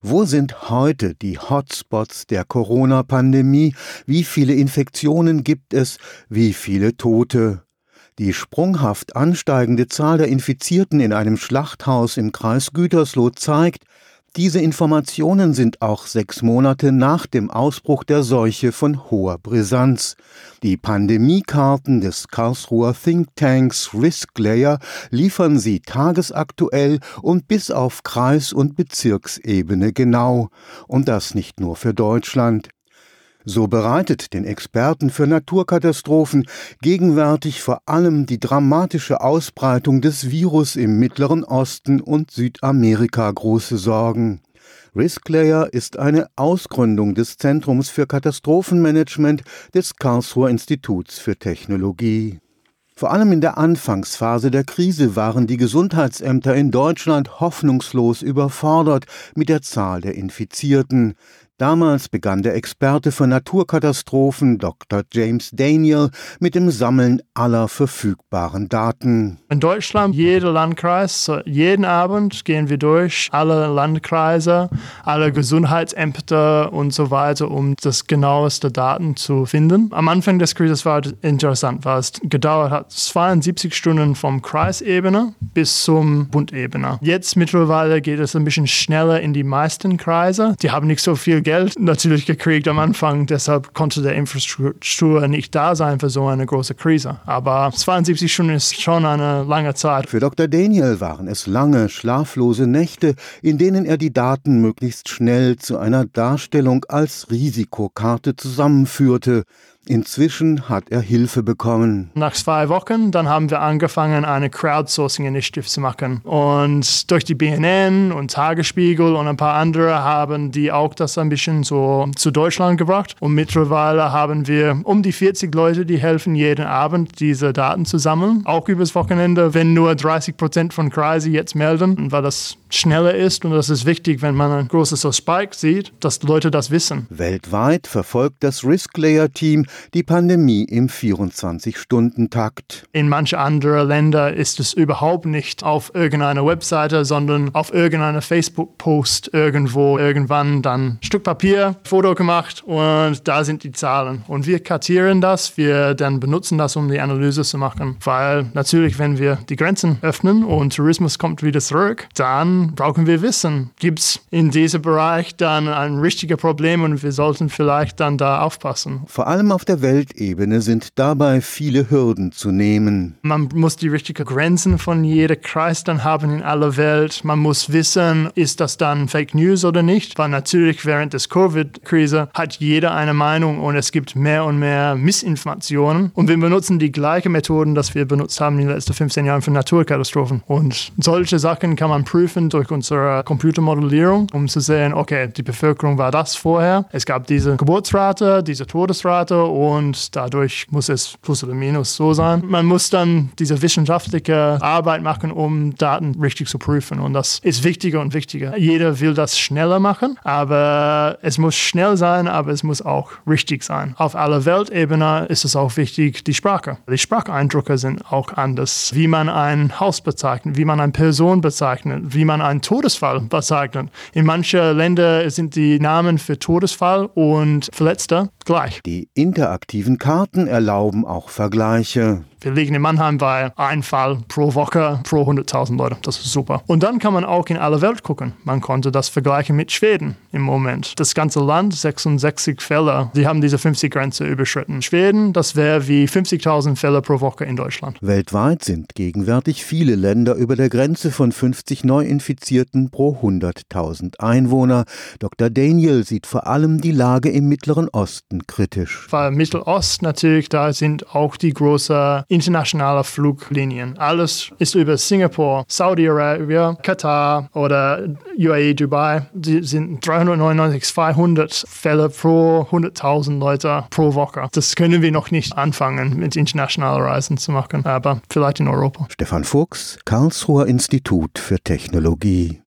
Wo sind heute die Hotspots der Corona-Pandemie? Wie viele Infektionen gibt es? Wie viele Tote? Die sprunghaft ansteigende Zahl der Infizierten in einem Schlachthaus im Kreis Gütersloh zeigt, diese Informationen sind auch 6 Monate nach dem Ausbruch der Seuche von hoher Brisanz. Die Pandemiekarten des Karlsruher Thinktanks Risklayer liefern sie tagesaktuell und bis auf Kreis- und Bezirksebene genau. Und das nicht nur für Deutschland. So bereitet den Experten für Naturkatastrophen gegenwärtig vor allem die dramatische Ausbreitung des Virus im Mittleren Osten und Südamerika große Sorgen. Risklayer ist eine Ausgründung des Zentrums für Katastrophenmanagement des Karlsruher Instituts für Technologie. Vor allem in der Anfangsphase der Krise waren die Gesundheitsämter in Deutschland hoffnungslos überfordert mit der Zahl der Infizierten. Damals begann der Experte für Naturkatastrophen Dr. James Daniel mit dem Sammeln aller verfügbaren Daten. In Deutschland, jeder Landkreis, jeden Abend gehen wir durch, alle Landkreise, alle Gesundheitsämter und so weiter, um das genaueste Daten zu finden. Am Anfang des Krises war es interessant, weil es gedauert hat 72 Stunden vom Kreisebene bis zum Bundebene. Jetzt mittlerweile geht es ein bisschen schneller in die meisten Kreise. Die haben nicht so viel Geld natürlich gekriegt am Anfang, deshalb konnte der Infrastruktur nicht da sein für so eine große Krise. Aber 72 Stunden ist schon eine lange Zeit. Für Dr. Daniel waren es lange, schlaflose Nächte, in denen er die Daten möglichst schnell zu einer Darstellung als Risikokarte zusammenführte. Inzwischen hat er Hilfe bekommen. Nach 2 Wochen, dann haben wir angefangen, eine Crowdsourcing-Initiative zu machen. Und durch die BNN und Tagesspiegel und ein paar andere haben die auch das ein bisschen so zu Deutschland gebracht. Und mittlerweile haben wir um die 40 Leute, die helfen jeden Abend, diese Daten zu sammeln. Auch übers Wochenende, wenn nur 30% von Kreisen jetzt melden, weil das schneller ist. Und das ist wichtig, wenn man ein großes Spike sieht, dass Leute das wissen. Weltweit verfolgt das Risklayer-Team die Pandemie im 24-Stunden-Takt. In manchen anderen Ländern ist es überhaupt nicht auf irgendeiner Webseite, sondern auf irgendeiner Facebook-Post irgendwo, irgendwann dann ein Stück Papier, Foto gemacht und da sind die Zahlen. Und wir kartieren das, wir dann benutzen das, um die Analyse zu machen. Weil natürlich, wenn wir die Grenzen öffnen und Tourismus kommt wieder zurück, dann brauchen wir wissen, gibt es in diesem Bereich dann ein richtiges Problem und wir sollten vielleicht dann da aufpassen. Vor allem auf der Weltebene sind dabei viele Hürden zu nehmen. Man muss die richtigen Grenzen von jedem Kreis dann haben in aller Welt. Man muss wissen, ist das dann Fake News oder nicht? Weil natürlich während des Covid-Krise hat jeder eine Meinung und es gibt mehr und mehr Missinformationen. Und wir benutzen die gleichen Methoden, die wir benutzt haben in den letzten 15 Jahren für Naturkatastrophen. Und solche Sachen kann man prüfen durch unsere Computermodellierung, um zu sehen, okay, die Bevölkerung war das vorher. Es gab diese Geburtsrate, diese Todesrate und dadurch muss es plus oder minus so sein. Man muss dann diese wissenschaftliche Arbeit machen, um Daten richtig zu prüfen und das ist wichtiger und wichtiger. Jeder will das schneller machen, aber es muss schnell sein, aber es muss auch richtig sein. Auf aller Weltebene ist es auch wichtig, die Sprache. Die Spracheindrücke sind auch anders. Wie man ein Haus bezeichnet, wie man eine Person bezeichnet, wie man einen Todesfall bezeichnet. In manchen Ländern sind die Namen für Todesfall und Verletzte gleich. Die interaktiven Karten erlauben auch Vergleiche. Wir liegen in Mannheim bei einem Fall pro Woche pro 100.000 Leute. Das ist super. Und dann kann man auch in aller Welt gucken. Man konnte das vergleichen mit Schweden im Moment. Das ganze Land, 66 Fälle, die haben diese 50-Grenze überschritten. Schweden, das wäre wie 50.000 Fälle pro Woche in Deutschland. Weltweit sind gegenwärtig viele Länder über der Grenze von 50 Neuinfizierten pro 100.000 Einwohner. Dr. Daniel sieht vor allem die Lage im Mittleren Osten kritisch. Weil Mittelost natürlich, da sind auch die großen internationale Fluglinien. Alles ist über Singapur, Saudi-Arabien, Katar oder UAE, Dubai. Die sind 399, 200 Fälle pro 100.000 Leute pro Woche. Das können wir noch nicht anfangen, mit internationalen Reisen zu machen, aber vielleicht in Europa. Stefan Fuchs, Karlsruher Institut für Technologie.